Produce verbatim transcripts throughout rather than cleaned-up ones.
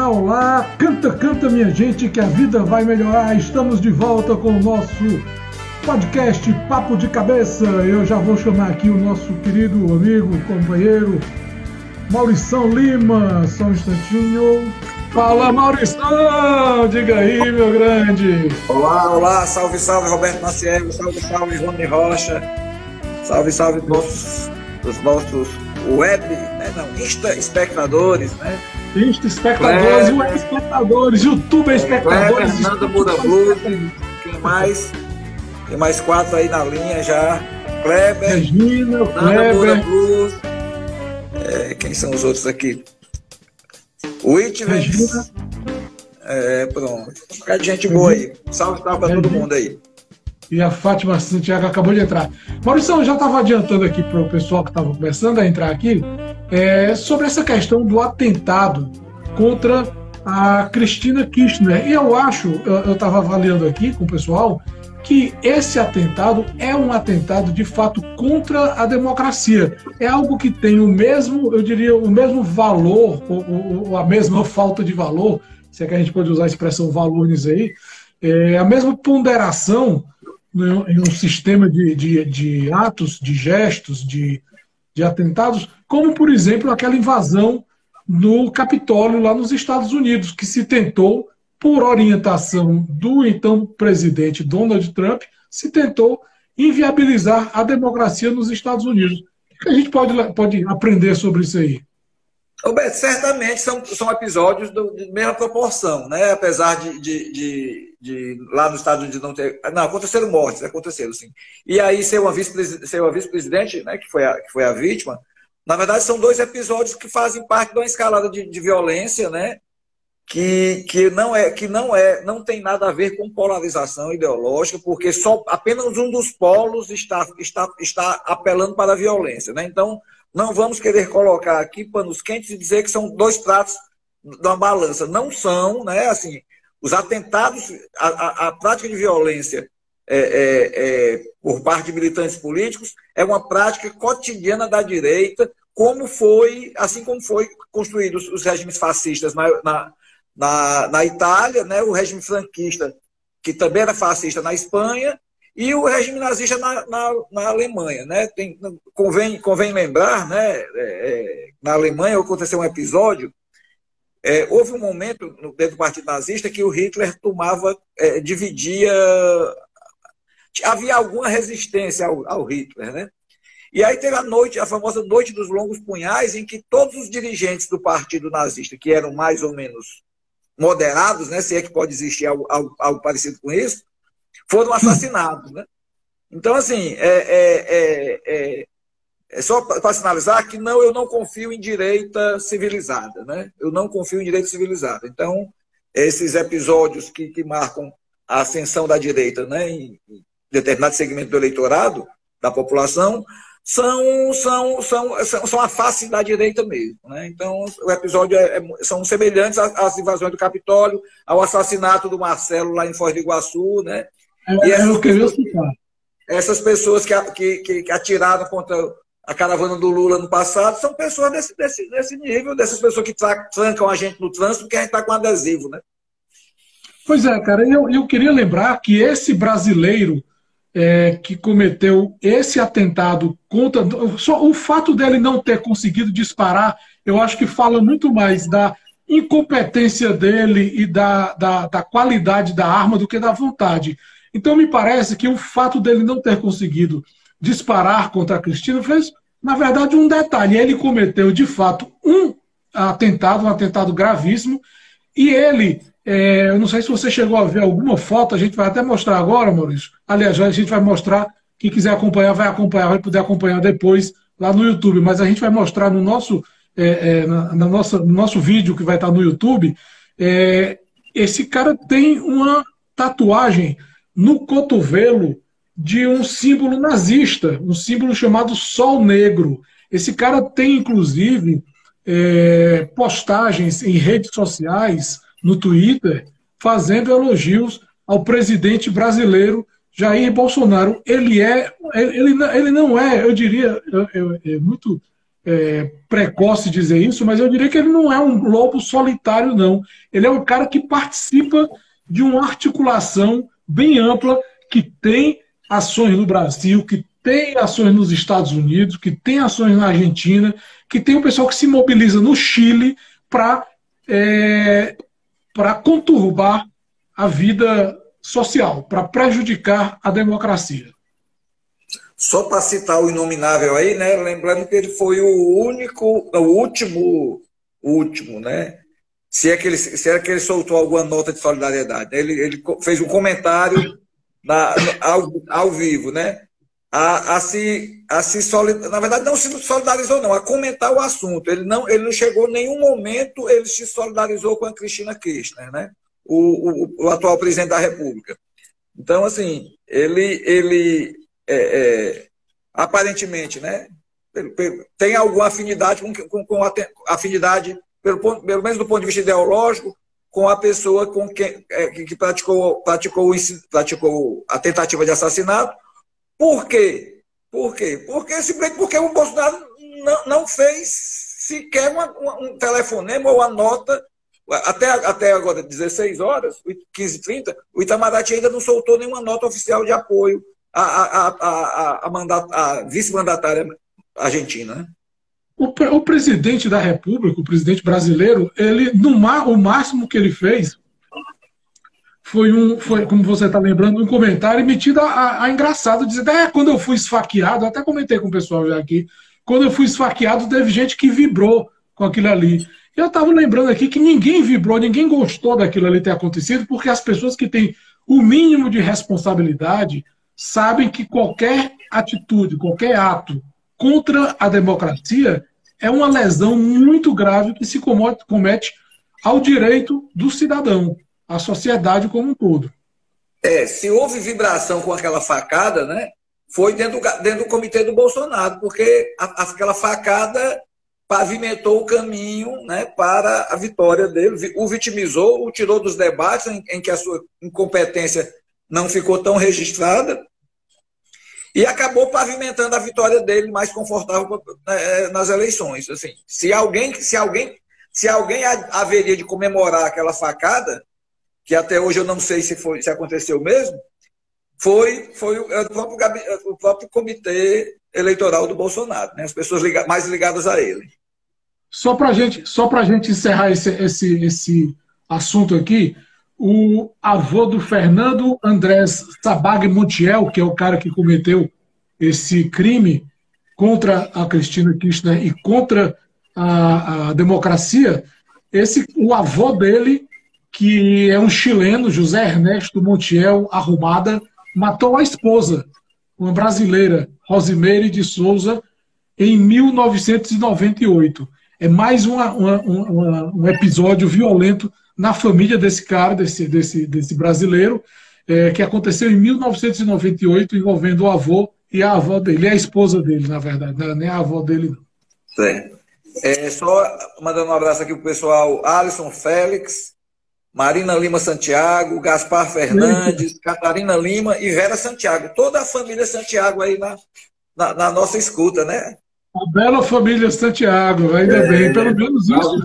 Olá, olá, canta, canta minha gente que a vida vai melhorar. Estamos de volta com o nosso podcast Papo de Cabeça. Eu já vou chamar aqui o nosso querido amigo, companheiro Maurição Lima. Só um instantinho. Fala, Maurição! Diga aí, meu grande. Olá, olá, salve, salve Roberto Maciel, salve, salve Rony Rocha, salve, salve nossos, os nossos web, né, não, Insta espectadores, né? Insta espectadores, web espectadores, YouTube espectadores. Fernanda Muda Blues, quem mais? Tem mais quatro aí na linha já. Kleber, Regina, Fernanda Muda Kleber. Blues. É, quem são os outros aqui? Whitney. É, pronto. Um bocado de gente boa aí. Salve, salve pra todo mundo aí. E a Fátima Santiago acabou de entrar. Maurício, eu já estava adiantando aqui para o pessoal que estava começando a entrar aqui, é, sobre essa questão do atentado contra a Cristina Kirchner. E eu acho, eu estava avaliando aqui com o pessoal, que esse atentado é um atentado de fato contra a democracia. É algo que tem o mesmo, eu diria, o mesmo valor, ou, ou a mesma falta de valor, se é que a gente pode usar a expressão valor nisso aí, é a mesma ponderação em um sistema de, de, de atos, de gestos, de, de atentados, como, por exemplo, aquela invasão no Capitólio lá nos Estados Unidos, que se tentou, por orientação do então presidente Donald Trump, se tentou inviabilizar a democracia nos Estados Unidos. O que a gente pode, pode aprender sobre isso aí? Roberto, certamente são, são episódios do, de mesma proporção, né? Apesar de, de, de, de lá nos Estados Unidos não ter... Não, aconteceram mortes, aconteceram sim. E aí ser uma vice-presidente, ser uma vice-presidente, né, que, foi a, que foi a vítima, na verdade são dois episódios que fazem parte de uma escalada de, de violência, né? Que, que, não é, que não, é, não tem nada a ver com polarização ideológica, porque só, apenas um dos polos está, está, está apelando para a violência, né? Então, não vamos querer colocar aqui panos quentes e dizer que são dois pratos de uma balança. Não são, né? Assim, os atentados, a, a, a prática de violência é, é, é, por parte de militantes políticos é uma prática cotidiana da direita, como foi, assim como foi construído os, os regimes fascistas na, na, na, na Itália, né? O regime franquista, que também era fascista na Espanha, e o regime nazista na, na, na Alemanha, né? Tem, convém, convém lembrar, né? É, é, na Alemanha aconteceu um episódio, é, houve um momento dentro do Partido Nazista que o Hitler tomava, é, dividia, havia alguma resistência ao, ao Hitler, né? E aí teve a noite, a famosa Noite dos Longos Punhais, em que todos os dirigentes do Partido Nazista, que eram mais ou menos moderados, né? Se é que pode existir algo, algo, algo parecido com isso, foram assassinados, né? Então, assim, é, é, é, é, é só para sinalizar que não, eu não confio em direita civilizada, né? Eu não confio em direita civilizada. Então, esses episódios que, que marcam a ascensão da direita, né, em determinado segmento do eleitorado, da população, são, são, são, são, são a face da direita mesmo, né? Então, o episódio é, é, são semelhantes às invasões do Capitólio, ao assassinato do Marcelo lá em Foz do Iguaçu, né? É, E essas, é o que eu pessoas, citar. essas pessoas que, que, que atiraram contra a caravana do Lula no passado são pessoas desse, desse, desse nível, dessas pessoas que trancam a gente no trânsito porque a gente está com adesivo, né? Pois é, cara, eu, eu queria lembrar que esse brasileiro é, que cometeu esse atentado contra... Só o fato dele não ter conseguido disparar, eu acho que fala muito mais da incompetência dele e da, da, da qualidade da arma do que da vontade. Então, me parece que o fato dele não ter conseguido disparar contra a Cristina fez, na verdade, um detalhe. Ele cometeu, de fato, um atentado, um atentado gravíssimo, e ele, é, eu não sei se você chegou a ver alguma foto, a gente vai até mostrar agora, Maurício. Aliás, a gente vai mostrar, quem quiser acompanhar, vai acompanhar, vai poder acompanhar depois lá no YouTube, mas a gente vai mostrar no nosso, é, é, na, na nossa, no nosso vídeo que vai estar no YouTube, é, esse cara tem uma tatuagem no cotovelo de um símbolo nazista, um símbolo chamado Sol Negro. Esse cara tem, inclusive, é, postagens em redes sociais, no Twitter, fazendo elogios ao presidente brasileiro Jair Bolsonaro. Ele é, ele, ele não é, eu diria, eu, eu, é muito, é, precoce dizer isso, mas eu diria que ele não é um lobo solitário, não. Ele é um cara que participa de uma articulação bem ampla, que tem ações no Brasil, que tem ações nos Estados Unidos, que tem ações na Argentina, que tem um pessoal que se mobiliza no Chile para é, para conturbar a vida social, para prejudicar a democracia. Só para citar o inominável aí, né? Lembrando que ele foi o único, o último, o último, né? Se é que ele, se é que ele soltou alguma nota de solidariedade. Ele, ele fez um comentário na, ao, ao vivo, né? A, a se, a se solid... Na verdade, não se solidarizou, não, a comentar o assunto. Ele não, ele não chegou em nenhum momento, ele se solidarizou com a Cristina Kirchner, né? O, o, o atual presidente da República. Então, assim, ele, ele é, é, aparentemente, né, tem alguma afinidade com, com, com a afinidade, pelo, pelo menos do ponto de vista ideológico, com a pessoa com quem, é, que praticou, praticou, praticou a tentativa de assassinato. Por quê? Por quê? Porque simplesmente porque o Bolsonaro não, não fez sequer uma, uma, um telefonema ou uma nota. Até, até agora, dezesseis horas, quinze e trinta, o Itamaraty ainda não soltou nenhuma nota oficial de apoio à, à, à, à, à vice-mandatária argentina. Né? O, o presidente da República, o presidente brasileiro, ele, no, o máximo que ele fez foi, um, foi como você está lembrando, um comentário emitido a, a, a engraçado, dizendo, é, quando eu fui esfaqueado, até comentei com o pessoal já aqui, quando eu fui esfaqueado, teve gente que vibrou com aquilo ali. Eu estava lembrando aqui que ninguém vibrou, ninguém gostou daquilo ali ter acontecido, porque as pessoas que têm o mínimo de responsabilidade sabem que qualquer atitude, qualquer ato contra a democracia é uma lesão muito grave que se comete ao direito do cidadão, à sociedade como um todo. É, se houve vibração com aquela facada, né, foi dentro do, dentro do comitê do Bolsonaro, porque a, aquela facada pavimentou o caminho, né, para a vitória dele, o vitimizou, o tirou dos debates em, em que a sua incompetência não ficou tão registrada e acabou pavimentando a vitória dele mais confortável, né, nas eleições. Assim, se alguém, se alguém, se alguém haveria de comemorar aquela facada, que até hoje eu não sei se foi, se aconteceu mesmo, foi, foi o, próprio, o próprio comitê eleitoral do Bolsonaro, né? As pessoas liga, mais ligadas a ele. Só para gente, só para gente encerrar esse, esse, esse assunto aqui, o avô do Fernando Andrés Sabag Montiel, que é o cara que cometeu esse crime contra a Cristina Kirchner e contra a, a democracia, esse, o avô dele, que é um chileno, José Ernesto Montiel Arrumada, matou a esposa, uma brasileira, Rosimeire de Souza, em mil novecentos e noventa e oito. É mais uma, uma, uma, um episódio violento na família desse cara, desse, desse, desse brasileiro, é, que aconteceu em mil novecentos e noventa e oito, envolvendo o avô e a avó dele, e a esposa dele, na verdade, não era nem a avó dele, não. Certo. É, só mandando um abraço aqui para o pessoal, Alisson Félix, Marina Lima Santiago, Gaspar Fernandes, Sim. Catarina Lima e Vera Santiago. Toda a família Santiago aí na, na, na nossa escuta, né? A bela família Santiago, ainda é, bem, pelo menos isso.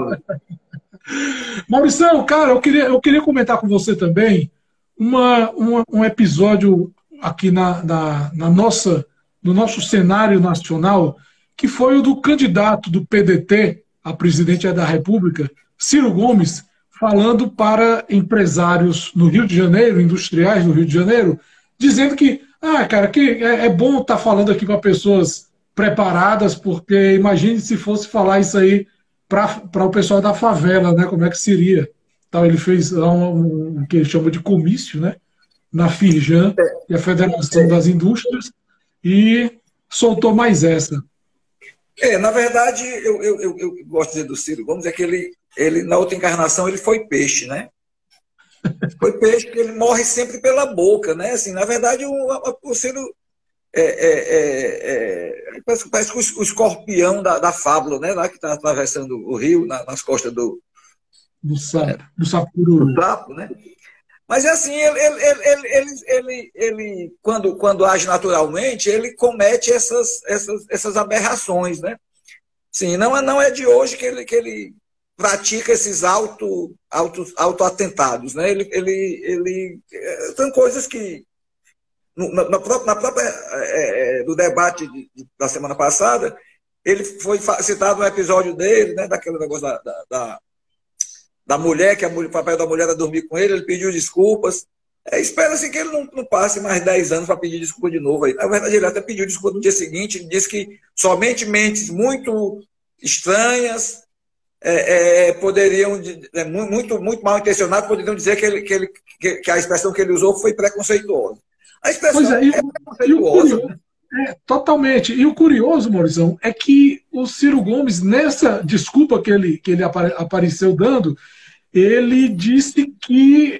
Maurição, cara, eu queria, eu queria comentar com você também uma, uma, um episódio aqui na, na, na nossa, no nosso cenário nacional, que foi o do candidato do P D T a presidente da República, Ciro Gomes, falando para empresários no Rio de Janeiro, industriais no Rio de Janeiro, dizendo que, ah, cara, que é, é bom estar falando aqui para pessoas preparadas, porque imagine se fosse falar isso aí para o pessoal da favela, né? Como é que seria? Então, ele fez lá um, um que ele chama de comício, né? Na Firjan, e a Federação das Indústrias, e soltou mais essa. É, na verdade, eu, eu, eu, eu gosto de dizer do Ciro Gomes, é que ele, ele, na outra encarnação, ele foi peixe, né? Foi peixe, porque ele morre sempre pela boca, né? Assim, na verdade, o, o Ciro é, é, é, é, parece, parece o escorpião da, da fábula, né? Lá que está atravessando o rio, na, nas costas do... Do sapo, do sapuro. Do sapo, né? Mas é assim, ele, ele, ele, ele, ele, ele quando, quando age naturalmente, ele comete essas, essas, essas aberrações, né? Sim, não, é- não é de hoje que ele, que ele pratica esses auto, auto, auto-atentados, né? Ele, ele, ele, é, são coisas que, no- na, na própria, na própria é, é, do debate de- de- da semana passada, ele foi fa- citado um episódio dele, né? Daquele negócio da, da, da, da mulher, que a mulher- o papel da mulher era dormir com ele, ele pediu desculpas. É, espera-se que ele não, não passe mais dez anos para pedir desculpa de novo. Aí. Na verdade, ele até pediu desculpa no dia seguinte, ele disse que somente mentes muito estranhas é, é, poderiam, é, muito, muito mal intencionados, poderiam dizer que, ele, que, ele, que, que a expressão que ele usou foi preconceituosa. A Pois expressão é, e, é e o preconceituosa, curioso, né? é, totalmente. E o curioso, Maurizão, é que o Ciro Gomes, nessa desculpa que ele, que ele apare, apareceu dando, ele disse que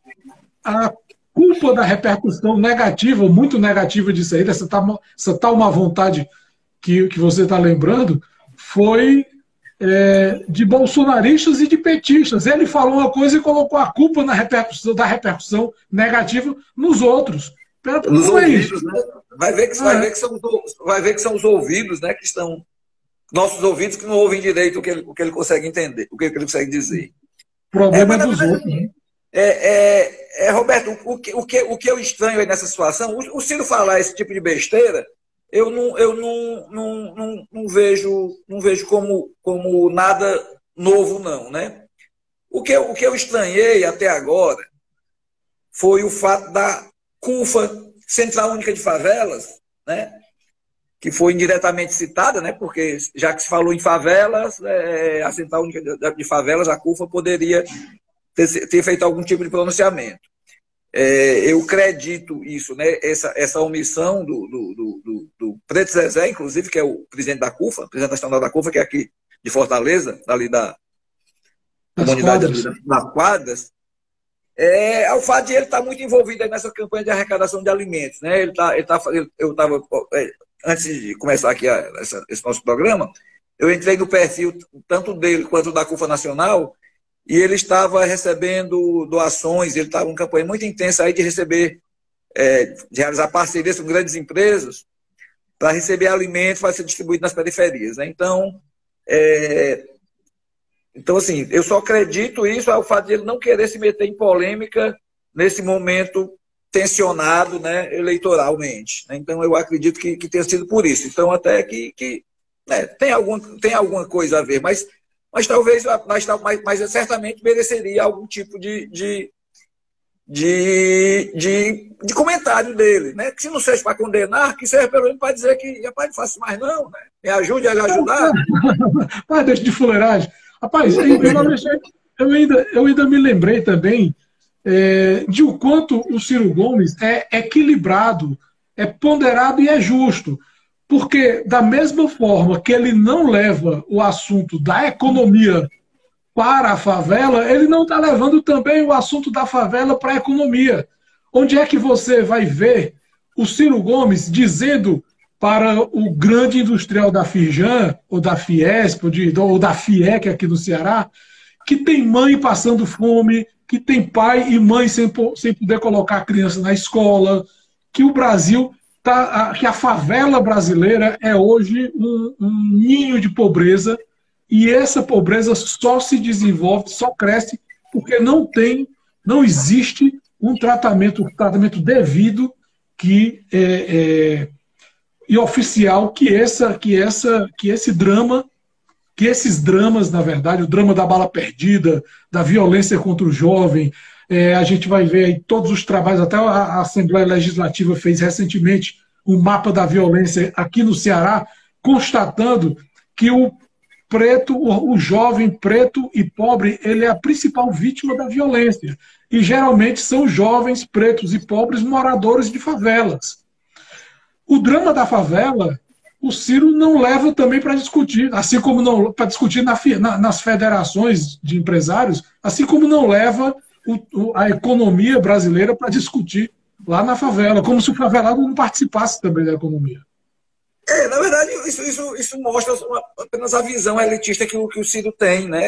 a culpa da repercussão negativa, muito negativa disso aí, dessa tal, essa tal má vontade que, que você está lembrando, foi é, de bolsonaristas e de petistas. Ele falou uma coisa e colocou a culpa na repercussão, da repercussão negativa nos outros. Nos Como é isso? ouvidos, né? Vai ver, que, vai, ver que são, os- vai ver que são os ouvidos, né, que estão. Nossos ouvidos que não ouvem direito o que ele, o que ele consegue entender, o que ele consegue dizer. O É, problema mas é na dos verdade, outros. assim, Né? é, é, é, Roberto, o que, o, que, o que eu estranho aí nessa situação, o, o Ciro falar esse tipo de besteira, eu não, eu não, não, não, não vejo, não vejo como, como nada novo, não, né? O que, eu, o que eu estranhei até agora foi o fato da CUFA, Central Única de Favelas, né? Que foi indiretamente citada, né? Porque já que se falou em favelas, é, a Central Única de, de Favelas, a CUFA, poderia ter, ter feito algum tipo de pronunciamento. É, eu acredito isso, né? Essa, essa omissão do, do, do, do, do Preto Zezé, inclusive, que é o presidente da CUFA, presidente nacional da CUFA, que é aqui de Fortaleza, ali da Das comunidade ali quadras. das, das quadras, é, é o fato de ele estar muito envolvido aí nessa campanha de arrecadação de alimentos, né? Ele tá, ele tá, eu estava, antes de começar aqui a, essa, esse nosso programa, eu entrei no perfil tanto dele quanto da CUFA Nacional, e ele estava recebendo doações, ele estava em uma campanha muito intensa aí de receber, é, de realizar parcerias com grandes empresas para receber alimentos para ser distribuído nas periferias, né? Então, é, então, assim, eu só acredito isso ao fato de ele não querer se meter em polêmica nesse momento tensionado, né, eleitoralmente. Né? Então, eu acredito que, que tenha sido por isso. Então, até que, que né, tem, algum, tem alguma coisa a ver, mas, mas talvez, mas, mas, mas certamente mereceria algum tipo de, de, de, de, de comentário dele. Né? Que se não seja para condenar, que seja pelo menos para dizer que, rapaz, não faço mais não, né? Me ajude a lhe ajudar. Ah, deixa de fuleiragem. Rapaz, eu, eu, eu ainda, eu ainda me lembrei também é, de o quanto o Ciro Gomes é equilibrado, é ponderado e é justo. Porque, da mesma forma que ele não leva o assunto da economia para a favela, ele não está levando também o assunto da favela para a economia. Onde é que você vai ver o Ciro Gomes dizendo para o grande industrial da Firjan, ou da Fiesp, ou, de, ou da FIEC aqui no Ceará, que tem mãe passando fome, que tem pai e mãe sem, sem poder colocar a criança na escola, que o Brasil, tá, que a favela brasileira é hoje um, um ninho de pobreza, e essa pobreza só se desenvolve, só cresce, porque não tem, não existe um tratamento, um tratamento devido que é, é, e oficial que essa, que essa, que esse drama, que esses dramas, na verdade, o drama da bala perdida, da violência contra o jovem, é, a gente vai ver aí todos os trabalhos, até a Assembleia Legislativa fez recentemente um mapa da violência aqui no Ceará, constatando que o preto, o, o jovem preto e pobre, ele é a principal vítima da violência. E geralmente são jovens pretos e pobres moradores de favelas. O drama da favela, o Ciro não leva também para discutir, assim como não para discutir na, na, nas federações de empresários, assim como não leva o, o, a economia brasileira para discutir lá na favela, como se o favelado não participasse também da economia. É, na verdade, isso, isso, isso mostra apenas a visão elitista que o, que o Ciro tem, né?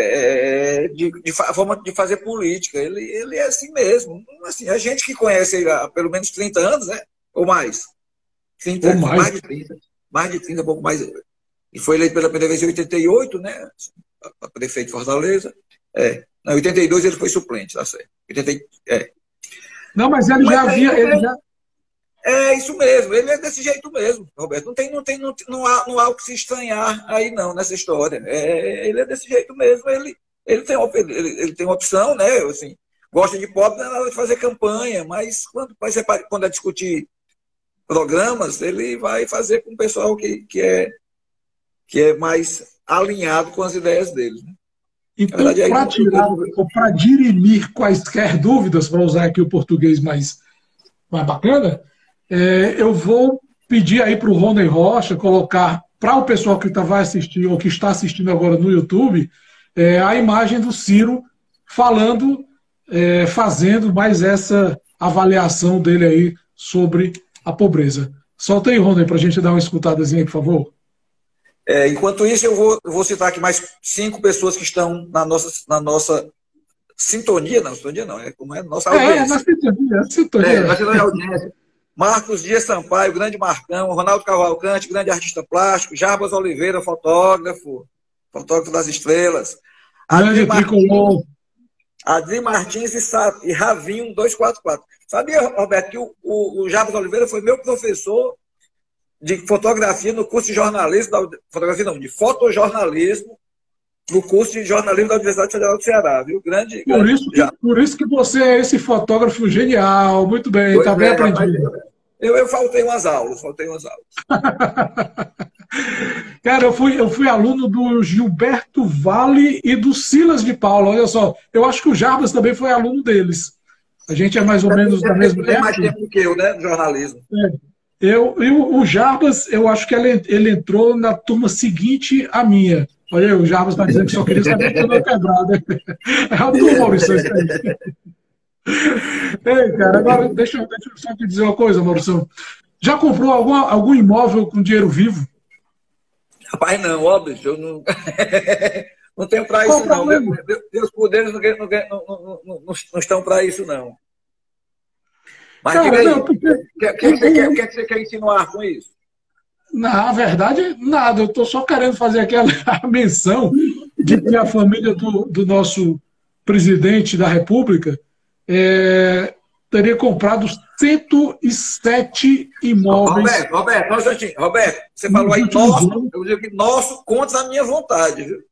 É, de, de forma de fazer política. Ele, ele é assim mesmo. Assim, a gente que conhece ele há pelo menos trinta anos, né? Ou mais. trinta, Ou mais. mais de trinta. Mais de trinta, um pouco mais. e foi eleito pela primeira vez em oitenta e oito, né? A prefeito de Fortaleza. É. Em oitenta e dois ele foi suplente, tá certo. oitenta, é. Não, mas ele mas já havia. Ele já... É isso mesmo, ele é desse jeito mesmo, Roberto. Não, tem, não, tem, não, não, há, não há o que se estranhar aí, não, nessa história. É, ele é desse jeito mesmo, ele, ele, tem, ele, ele tem uma opção, né? Assim, gosta de pobre, não é nada de fazer campanha, mas quando, quando é discutir programas, ele vai fazer com o pessoal que, que, é, que é mais alinhado com as ideias dele. Né? Então, para tirar ou para dirimir quaisquer dúvidas, para usar aqui o português mais, mais bacana, é, eu vou pedir aí para o Rony Rocha colocar para o pessoal que tá, vai assistir ou que está assistindo agora no YouTube é, a imagem do Ciro falando, é, fazendo mais essa avaliação dele aí sobre a pobreza. Solta aí, Rony, para a gente dar uma escutadazinha, por favor. É, enquanto isso, eu vou, eu vou citar aqui mais cinco pessoas que estão na nossa, na nossa sintonia, não, sintonia não, é como é nossa audiência. É, na sintonia, sintonia. É, na sintonia audiência. Marcos Dias Sampaio, grande Marcão, Ronaldo Cavalcante, grande artista plástico, Jarbas Oliveira, fotógrafo, fotógrafo das estrelas. Adri Martins, Adri Martins e, Sa e Ravinho dois quatro quatro. Sabia, Roberto, que o, o, o Jarbas Oliveira foi meu professor de fotografia no curso de jornalismo, da, fotografia não, de fotojornalismo, no curso de jornalismo da Universidade Federal do Ceará, viu? Grande, por, grande isso que, por isso que você é esse fotógrafo genial, muito bem, está bem é, aprendido. Eu, eu faltei umas aulas, faltei umas aulas. Cara, eu fui, eu fui aluno do Gilberto Vale e do Silas de Paula, olha só, eu acho que o Jarbas também foi aluno deles. A gente é mais ou menos da mesma época. Tem mais tempo que eu, né, no jornalismo. É. Eu, eu, o Jarbas, eu acho que ele, ele entrou na turma seguinte à minha. Olha aí, o Jarbas está dizendo que só queria saber que eu não quebrada. É a turma, Maurício. Ei, cara, agora deixa, deixa eu só te dizer uma coisa, Maurício. Já comprou algum, algum imóvel com dinheiro vivo? Rapaz, não, óbvio, eu não, não tenho para isso, não. Meus poderes não, não, não, não, não estão para isso, não. Mas cara, diga aí, o porque... que, que, que, que, que, que você quer insinuar com isso? Na verdade, nada. Eu estou só querendo fazer aquela menção de que a família do, do nosso presidente da República é, teria comprado cento e sete imóveis. Roberto, Roberto, Roberto, Roberto você falou aí nosso, eu digo que nosso contra a minha vontade, viu?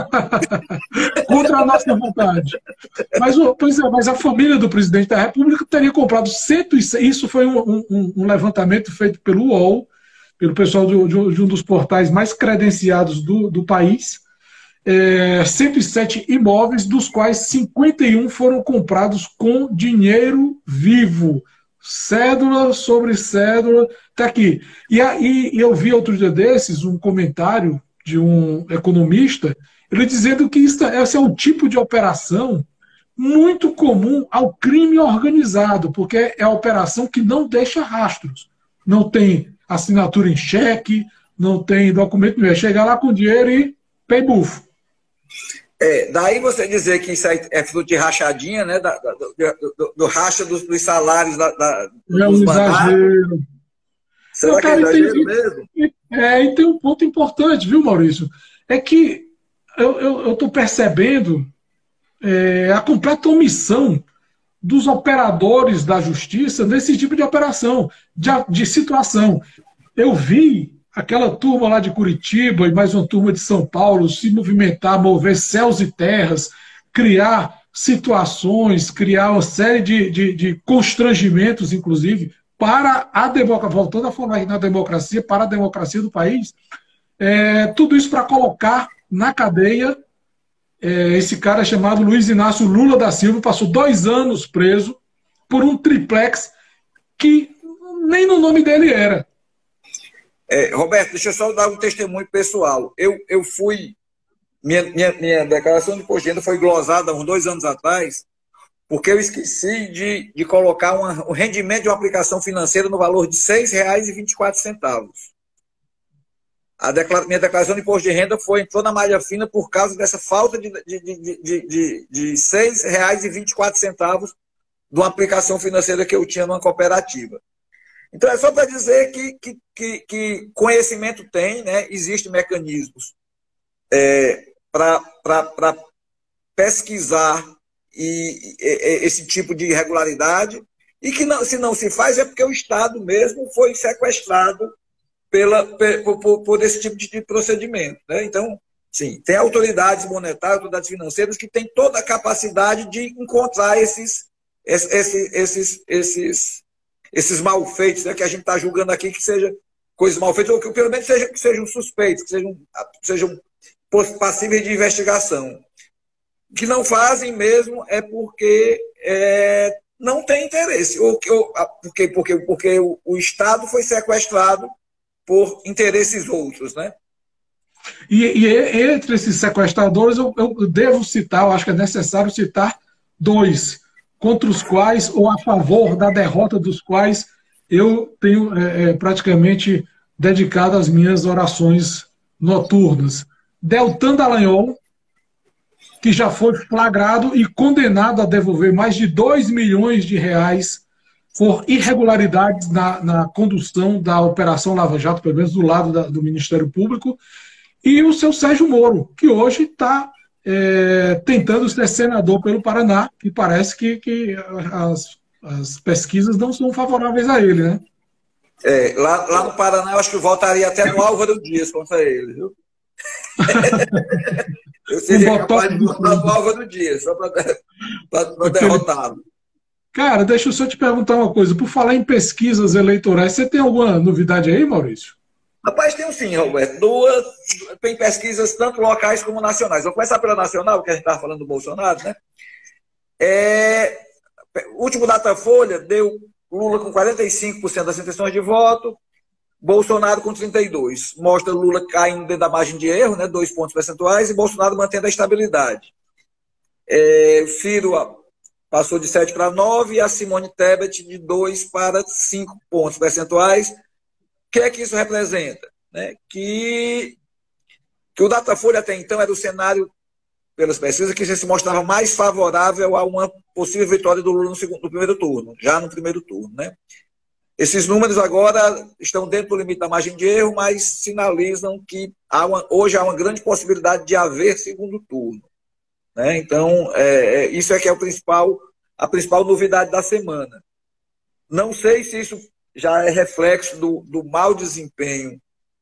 Contra a nossa vontade. Mas, pois é, mas a família do presidente da República teria comprado cento e seis. Isso foi um, um, um levantamento feito pelo U O L, pelo pessoal de, de, de um dos portais mais credenciados do, do país. É, cento e sete imóveis, dos quais cinquenta e um foram comprados com dinheiro vivo. Cédula sobre cédula, está aqui. E aí eu vi outro dia desses um comentário de um economista, ele dizendo que isso, esse é um tipo de operação muito comum ao crime organizado, porque é a operação que não deixa rastros. Não tem assinatura em cheque, não tem documento, não é chegar lá com dinheiro e pay bufo. É, daí você dizer que isso aí é fruto de rachadinha, né? Da, da, do, do, do racha dos, dos salários da, da, é um exagero. Será não, cara, que é exagero tem, mesmo? É, e tem um ponto importante, viu, Maurício? É que eu estou percebendo é, a completa omissão dos operadores da justiça nesse tipo de operação, de, de situação. Eu vi aquela turma lá de Curitiba e mais uma turma de São Paulo se movimentar, mover céus e terras, criar situações, criar uma série de, de, de constrangimentos, inclusive, para a democracia, voltando a falar na democracia, para a democracia do país, é, tudo isso para colocar na cadeia é, esse cara chamado Luiz Inácio Lula da Silva, passou dois anos preso por um triplex que nem no nome dele era. É, Roberto, deixa eu só dar um testemunho pessoal. Eu, eu fui, minha, minha, minha declaração de imposto de renda foi glosada há uns dois anos atrás, porque eu esqueci de, de colocar uma, o rendimento de uma aplicação financeira no valor de seis reais e vinte e quatro centavos. A declara, minha declaração de imposto de renda foi, entrou na malha fina por causa dessa falta de, de, de, de, de, de seis reais e vinte e quatro centavos de uma aplicação financeira que eu tinha numa cooperativa. Então, é só para dizer que, que, que, que conhecimento tem, né? Existem mecanismos é, para pesquisar e, e, esse tipo de irregularidade, e que não, se não se faz é porque o Estado mesmo foi sequestrado pela, por, por, por esse tipo de procedimento. Né? Então, sim, tem autoridades monetárias, autoridades financeiras que têm toda a capacidade de encontrar esses, esses, esses, esses, esses malfeitos, né, que a gente está julgando aqui que sejam coisas mal feitas, ou que pelo menos sejam, que sejam suspeitos, que sejam, sejam passíveis de investigação. Que não fazem mesmo é porque é, não tem interesse. Ou, ou, porque porque, porque o, o Estado foi sequestrado por interesses outros, né? E, e entre esses sequestradores, eu, eu devo citar, eu acho que é necessário citar dois, contra os quais, ou a favor da derrota dos quais, eu tenho é, praticamente dedicado as minhas orações noturnas. Deltan Dallagnol, que já foi flagrado e condenado a devolver mais de dois milhões de reais por irregularidades na, na condução da Operação Lava Jato, pelo menos do lado da, do Ministério Público, e o seu Sérgio Moro, que hoje está é, tentando ser senador pelo Paraná, e parece que, que as, as pesquisas não são favoráveis a ele, né? É, lá, lá no Paraná, eu acho que eu voltaria até no Álvaro Dias contra ele, viu? Eu seria um capaz de votar no Álvaro Dias, só para derrotá-lo. Cara, deixa eu só te perguntar uma coisa. Por falar em pesquisas eleitorais, você tem alguma novidade aí, Maurício? Rapaz, tem sim, Roberto. Duas, tem pesquisas tanto locais como nacionais. Vou começar pela nacional, que a gente estava falando do Bolsonaro, né? É, o último Datafolha deu Lula com quarenta e cinco por cento das intenções de voto, Bolsonaro com trinta e dois por cento. Mostra Lula caindo dentro da margem de erro, né, dois pontos percentuais, e Bolsonaro mantendo a estabilidade. É, Ciro passou de sete para nove e a Simone Tebet de dois para cinco pontos percentuais. O que é que isso representa? Né? Que, que o Datafolha até então era o cenário, pelas pesquisas, que já se mostrava mais favorável a uma possível vitória do Lula no, segundo, no primeiro turno, já no primeiro turno, né? Esses números agora estão dentro do limite da margem de erro, mas sinalizam que há uma, hoje há uma grande possibilidade de haver segundo turno. Né? Então, é, isso é que é o principal, a principal novidade da semana. Não sei se isso já é reflexo do, do mau desempenho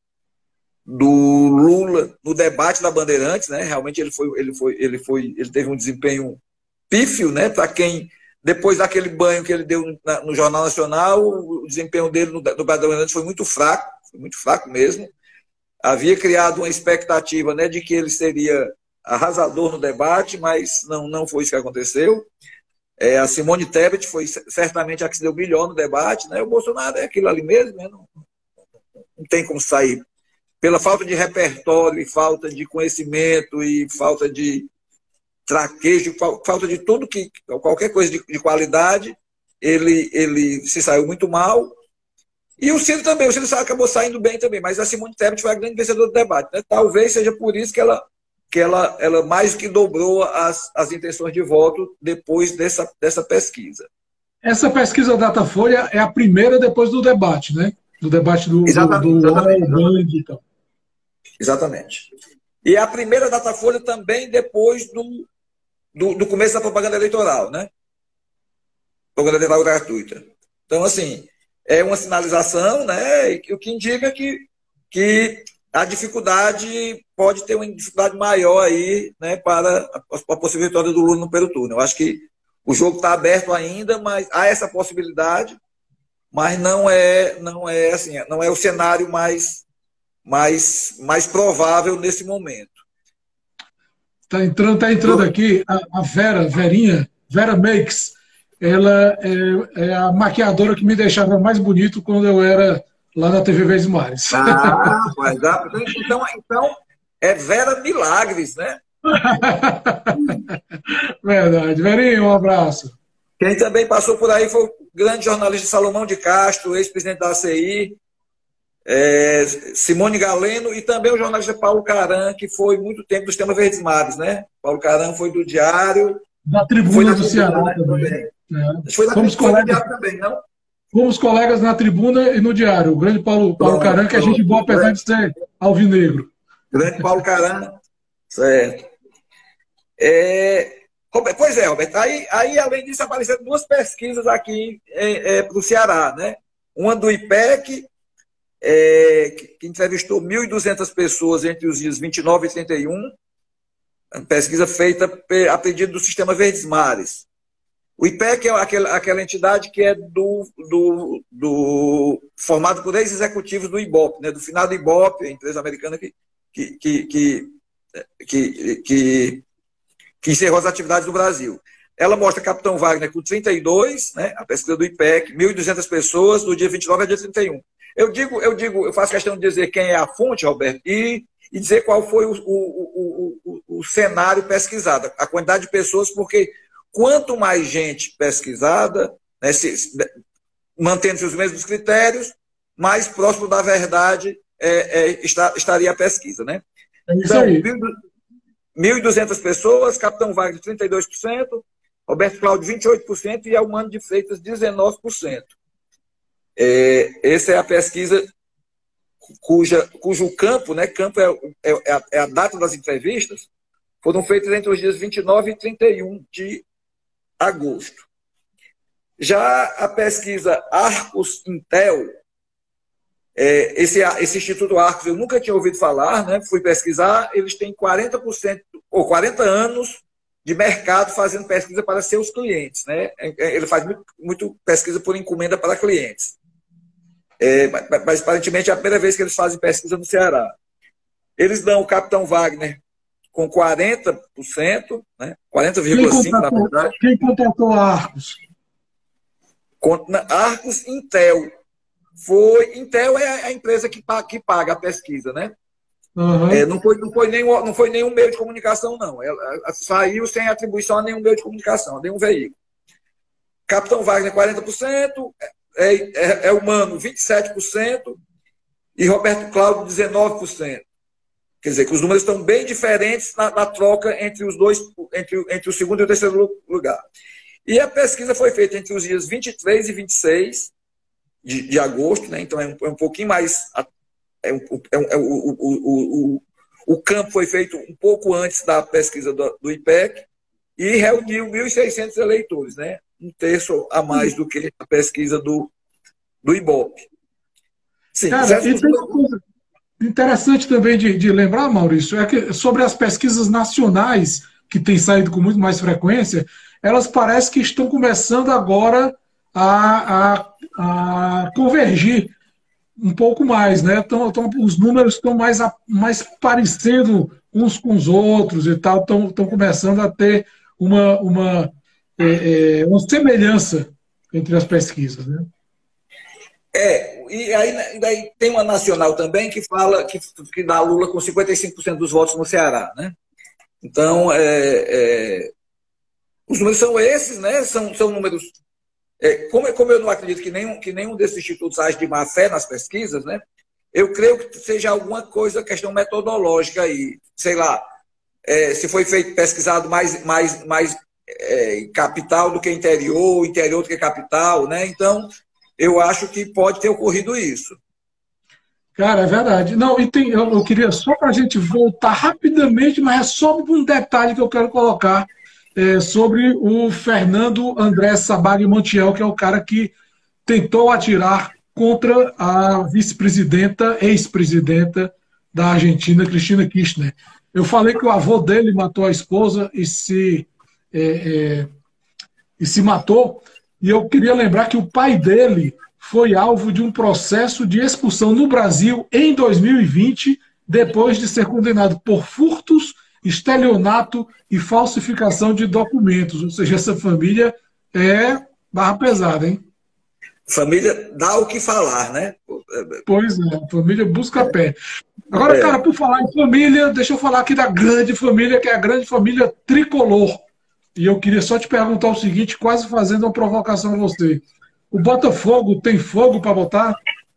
do Lula no debate da Bandeirantes, né? Realmente ele, foi, ele, foi, ele, foi, ele teve um desempenho pífio, né? Para quem... Depois daquele banho que ele deu no Jornal Nacional, o desempenho dele no Bandeirantes foi muito fraco, foi muito fraco mesmo. Havia criado uma expectativa, né, de que ele seria arrasador no debate, mas não, não foi isso que aconteceu. É, a Simone Tebet foi certamente a que se deu melhor no debate, né? O Bolsonaro é aquilo ali mesmo, né? não, não tem como sair. Pela falta de repertório e falta de conhecimento e falta de traquejo, falta de tudo, que qualquer coisa de, de qualidade, ele, ele se saiu muito mal. E o Ciro também, o Ciro acabou saindo bem também, mas a Simone Tebet foi a grande vencedora do debate. Né? Talvez seja por isso que ela, que ela, ela mais do que dobrou as, as intenções de voto depois dessa, dessa pesquisa. Essa pesquisa Datafolha é a primeira depois do debate, né? Do debate do, exatamente, do, do exatamente, exatamente. E tal. Exatamente. E a primeira Datafolha também depois do Do, do começo da propaganda eleitoral, né? Propaganda eleitoral gratuita. Então, assim, é uma sinalização, né? O que indica que, que a dificuldade pode ter uma dificuldade maior aí, né? Para a, a possível vitória do Lula no primeiro turno. Eu acho que o jogo está aberto ainda, mas há essa possibilidade, mas não é, não é assim, não é o cenário mais, mais, mais provável nesse momento. Está entrando, tá entrando aqui a, a Vera, Verinha, Vera Makes. Ela é, é a maquiadora que me deixava mais bonito quando eu era lá na T V Verdes Mares. Ah, mas dá. Então, então é Vera Milagres, né? Verdade. Verinha, um abraço. Quem também passou por aí foi o grande jornalista Salomão de Castro, ex-presidente da A C I. É, Simone Galeno e também o jornalista Paulo Caran, que foi muito tempo dos temas Verdes Mares, né? Paulo Caran foi do Diário. Da Tribuna do Ceará também. também. É. Foi da Fomos Tribuna do colegas, Diário também, não? fomos colegas na tribuna e no diário. O grande Paulo, Paulo Caran, que a gente boa, apesar de ser alvinegro. Grande Paulo Caran, certo. É, pois é, Roberto, aí, aí além disso apareceram duas pesquisas aqui é, é, para o Ceará, né? Uma do IPEC, é, que, que entrevistou mil e duzentas pessoas entre os dias vinte e nove e trinta e um, uma pesquisa feita a pedido do Sistema Verdes Mares. O IPEC é aquela, aquela entidade que é do, do, do, formado por ex-executivos do Ibope, né? Do final do Ibope, a empresa americana que, que, que, que, que, que que encerrou as atividades no Brasil. Ela mostra Capitão Wagner com trinta e dois, né, a pesquisa do IPEC, mil e duzentas pessoas, do dia vinte e nove ao dia trinta e um. Eu digo, eu digo, eu faço questão de dizer quem é a fonte, Roberto, e, e dizer qual foi o, o, o, o, o cenário pesquisado, a quantidade de pessoas, porque quanto mais gente pesquisada, né, se, mantendo-se os mesmos critérios, mais próximo da verdade é, é, está, estaria a pesquisa. Né? É isso aí. Então, mil e duzentas pessoas, Capitão Wagner trinta e dois por cento, Roberto Cláudio vinte e oito por cento e Elmano de Freitas dezenove por cento. É, essa é a pesquisa cuja, cujo campo, né, campo é, é, a, é a data das entrevistas, foram feitas entre os dias vinte e nove e trinta e um de agosto. Já a pesquisa Arcos Intel, É, esse, esse Instituto Arcos eu nunca tinha ouvido falar, né? Fui pesquisar, eles têm quarenta por cento ou quarenta anos de mercado fazendo pesquisa para seus clientes. Né? Ele faz muito, muito pesquisa por encomenda para clientes. É, mas, mas aparentemente é a primeira vez que eles fazem pesquisa no Ceará. Eles dão o Capitão Wagner com quarenta por cento, né? quarenta vírgula cinco por cento na verdade. Quem contratou a Arcos? Arcos Intel. Foi, Intel é a empresa que paga, que paga a pesquisa, né? Uhum. É, não, foi, não, foi nenhum, não foi nenhum meio de comunicação, não. Ela, ela saiu sem atribuição a nenhum meio de comunicação, a nenhum veículo. Capitão Wagner, quarenta por cento, é, é, é Humano, vinte e sete por cento, e Roberto Cláudio, dezenove por cento. Quer dizer, que os números estão bem diferentes na, na troca entre os dois, entre, entre o segundo e o terceiro lugar. E a pesquisa foi feita entre os dias vinte e três e vinte e seis de, de agosto, né? Então é um, é um pouquinho mais. É um, é um, é o, o, o, o campo foi feito um pouco antes da pesquisa do, do IPEC e reuniu mil e seiscentos eleitores, né? Um terço a mais do que a pesquisa do, do Ibope. Sim, cara, e tem uma coisa interessante também de, de lembrar, Maurício, é que sobre as pesquisas nacionais, que têm saído com muito mais frequência, elas parecem que estão começando agora a, a, a convergir um pouco mais, né? Então, então, os números estão mais, mais parecendo uns com os outros e tal, estão, estão começando a ter uma, uma, é, é, uma semelhança entre as pesquisas, né? É, e aí daí tem uma nacional também que fala que, que dá Lula com cinquenta e cinco por cento dos votos no Ceará, né? Então, é, é, os números são esses, né? São, são números. É, como, como eu não acredito que nenhum, que nenhum desses institutos age de má fé nas pesquisas, né? Eu creio que seja alguma coisa, questão metodológica aí. Sei lá, é, se foi feito pesquisado mais, mais, mais é, capital do que interior, interior do que capital, né? Então, eu acho que pode ter ocorrido isso. Cara, é verdade. Não, e tem, eu, eu queria só para a gente voltar rapidamente, mas é só um detalhe que eu quero colocar é, sobre o Fernando André Sabag Montiel, que é o cara que tentou atirar contra a vice-presidenta, ex-presidenta da Argentina, Cristina Kirchner. Eu falei que o avô dele matou a esposa e se, é, é, e se matou, e eu queria lembrar que o pai dele foi alvo de um processo de expulsão no Brasil em dois mil e vinte, depois de ser condenado por furtos, estelionato e falsificação de documentos. Ou seja, essa família é barra pesada, hein? Família dá o que falar, né? Pois é, a família busca pé. Agora, é. cara, por falar em família, deixa eu falar aqui da grande família, que é a grande família tricolor. E eu queria só te perguntar o seguinte, quase fazendo uma provocação a você. O Botafogo tem fogo para botar?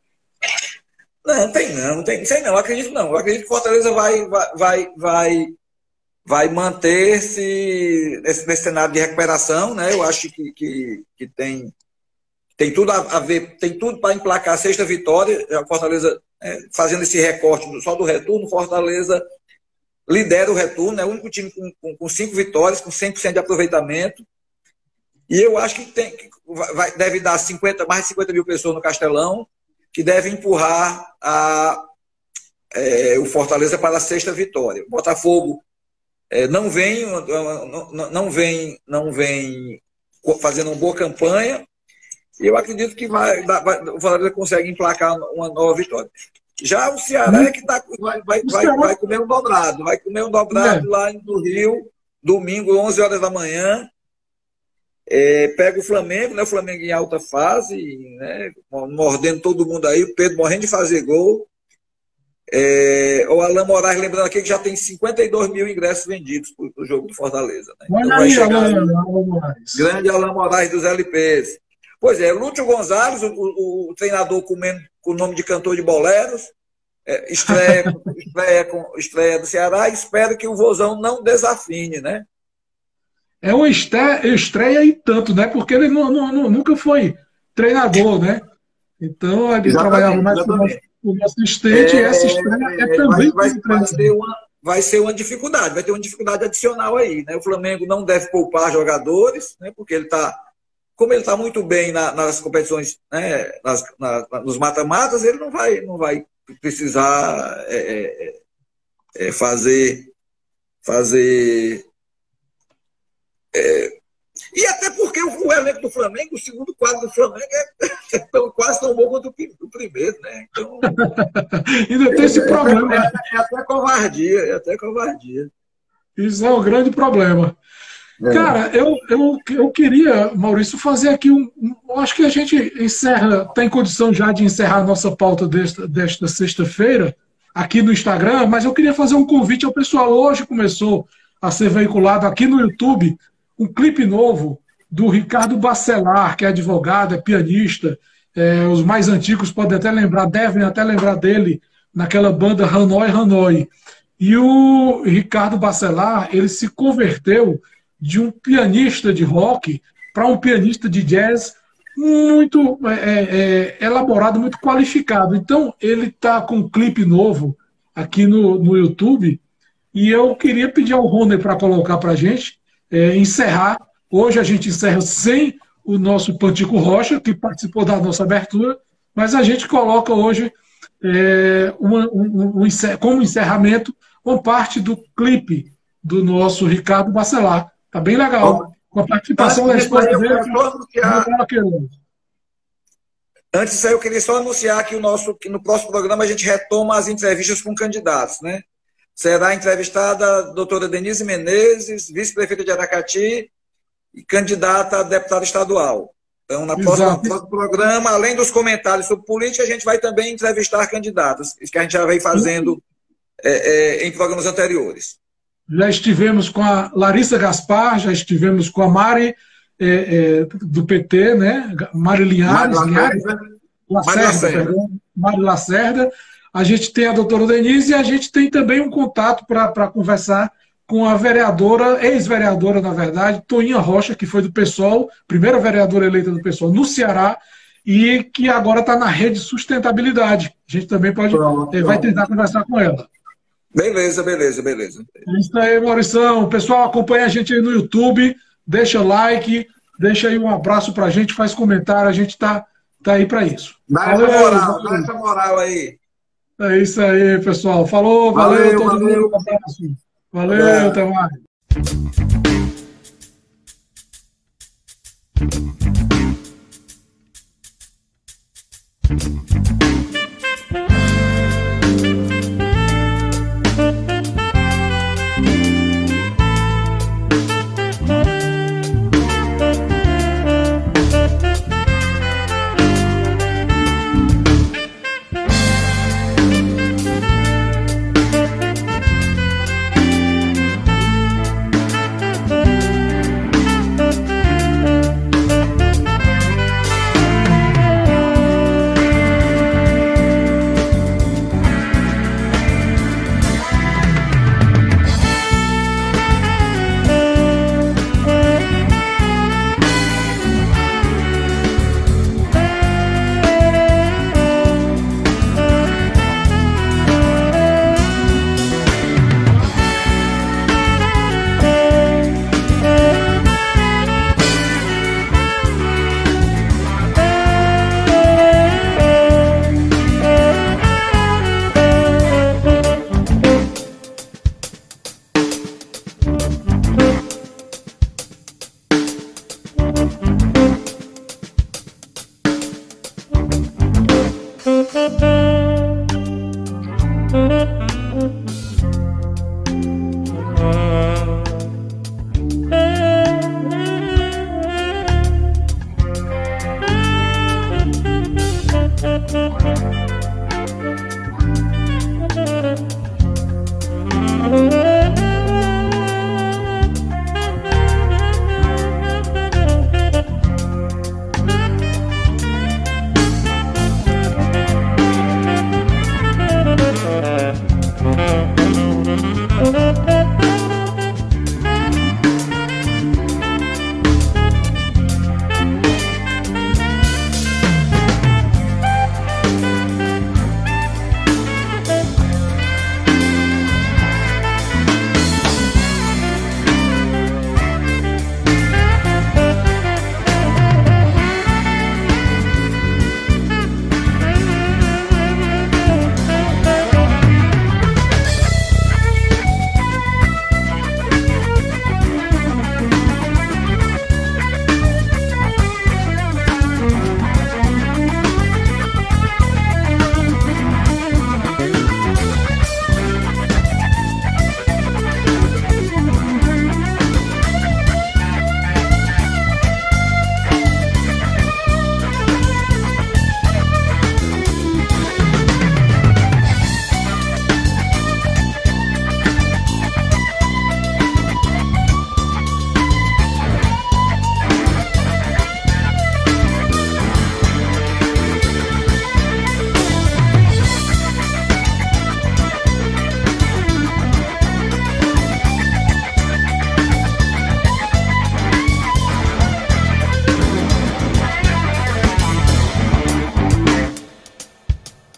Não, tem não, não tem, sei não, acredito não. Eu acredito que Fortaleza vai, vai, vai, vai manter-se nesse, nesse cenário de recuperação, né? Eu acho que, que, que tem, tem tudo a, a ver, tem tudo para emplacar a sexta vitória. A Fortaleza, é, fazendo esse recorte só do retorno, Fortaleza lidera o retorno, é o único time com, com, com cinco vitórias, com cem por cento de aproveitamento. E eu acho que, tem, que vai, deve dar cinquenta, mais de cinquenta mil pessoas no Castelão, que deve empurrar a, é, o Fortaleza para a sexta vitória. O Botafogo é, não vem, não, não vem, não vem fazendo uma boa campanha. E eu acredito que vai, vai, o Fortaleza consegue emplacar uma nova vitória. Já o Ceará é que tá, vai, vai, vai, vai comer um dobrado. Vai comer um dobrado é. lá no Rio, domingo, onze horas da manhã. É, pega o Flamengo, né? O Flamengo em alta fase, né? Mordendo todo mundo aí, o Pedro morrendo de fazer gol. É, o Alain Moraes, lembrando aqui que já tem cinquenta e dois mil ingressos vendidos para o jogo do Fortaleza. Né? Então vai chegar Alain, Alain Moraes. Grande Alain Moraes dos L Ps. Pois é, Lúcio Gonzalez, o, o, o treinador comendo com o nome de cantor de boleros, é, estreia, estreia, com, estreia do Ceará, e espero que o Vozão não desafine, né? É uma estreia, estreia e tanto, né? Porque ele não, não, nunca foi treinador, né? Então, ele exatamente, trabalhava mais com o nosso assistente, é, e essa estreia é, é também... Vai, vai, vai, ser uma, vai ser uma dificuldade, vai ter uma dificuldade adicional aí, né? O Flamengo não deve poupar jogadores, né? Porque ele está... Como ele está muito bem na, nas competições, né, nas, na, nos mata-matas, ele não vai, não vai precisar é, é, é, fazer... fazer é, e até porque o, o elenco do Flamengo, o segundo quadro do Flamengo é, é tão, quase tão bom quanto o, o primeiro, né? Então, ainda tem esse problema. É, é, é até covardia, é até covardia. Isso é um grande problema. É. Cara, eu, eu, eu queria, Maurício, fazer aqui um, um. Acho que a gente encerra, tem condição já de encerrar a nossa pauta desta, desta sexta-feira aqui no Instagram, mas eu queria fazer um convite ao pessoal. Hoje começou a ser veiculado aqui no YouTube um clipe novo do Ricardo Bacelar, que é advogado, é pianista. É, os mais antigos podem até lembrar, devem até lembrar dele naquela banda Hanoi Hanoi. E o Ricardo Bacelar, ele se converteu de um pianista de rock para um pianista de jazz muito é, é, elaborado, muito qualificado. Então, ele está com um clipe novo aqui no, no YouTube, e eu queria pedir ao Rony para colocar para a gente, é, encerrar. Hoje a gente encerra sem o nosso Pantico Rocha, que participou da nossa abertura, mas a gente coloca hoje, é, uma, um, um, um, como encerramento, uma parte do clipe do nosso Ricardo Bacelar. Tá bem legal. Com a participação da esposa dele. Antes disso aí, eu queria só anunciar que, o nosso, que no próximo programa a gente retoma as entrevistas com candidatos, né? Será entrevistada a doutora Denise Menezes, vice-prefeita de Aracati e candidata a deputada estadual. Então, na próxima, no próximo programa, além dos comentários sobre política, a gente vai também entrevistar candidatos, que a gente já vem fazendo é, é, em programas anteriores. Já estivemos com a Larissa Gaspar, já estivemos com a Mari, é, é, do P T, né? Mari Linhares, Mari Lacerda, Lacerda, Lacerda. Mari Lacerda. A gente tem a doutora Denise e a gente tem também um contato para conversar com a vereadora, ex-vereadora, na verdade, Toinha Rocha, que foi do PSOL, primeira vereadora eleita do PSOL no Ceará, e que agora está na rede Sustentabilidade. A gente também pode, pronto, é, vai pronto. tentar conversar com ela. Beleza, beleza, beleza. É isso aí, Maurição. Pessoal, acompanha a gente aí no YouTube, deixa like, deixa aí um abraço pra gente, faz comentário, a gente tá, tá aí pra isso. Dá essa moral, dá essa moral aí. É isso aí, pessoal. Falou, valeu, valeu todo valeu. mundo. Um abraço. Valeu, valeu. Até mais.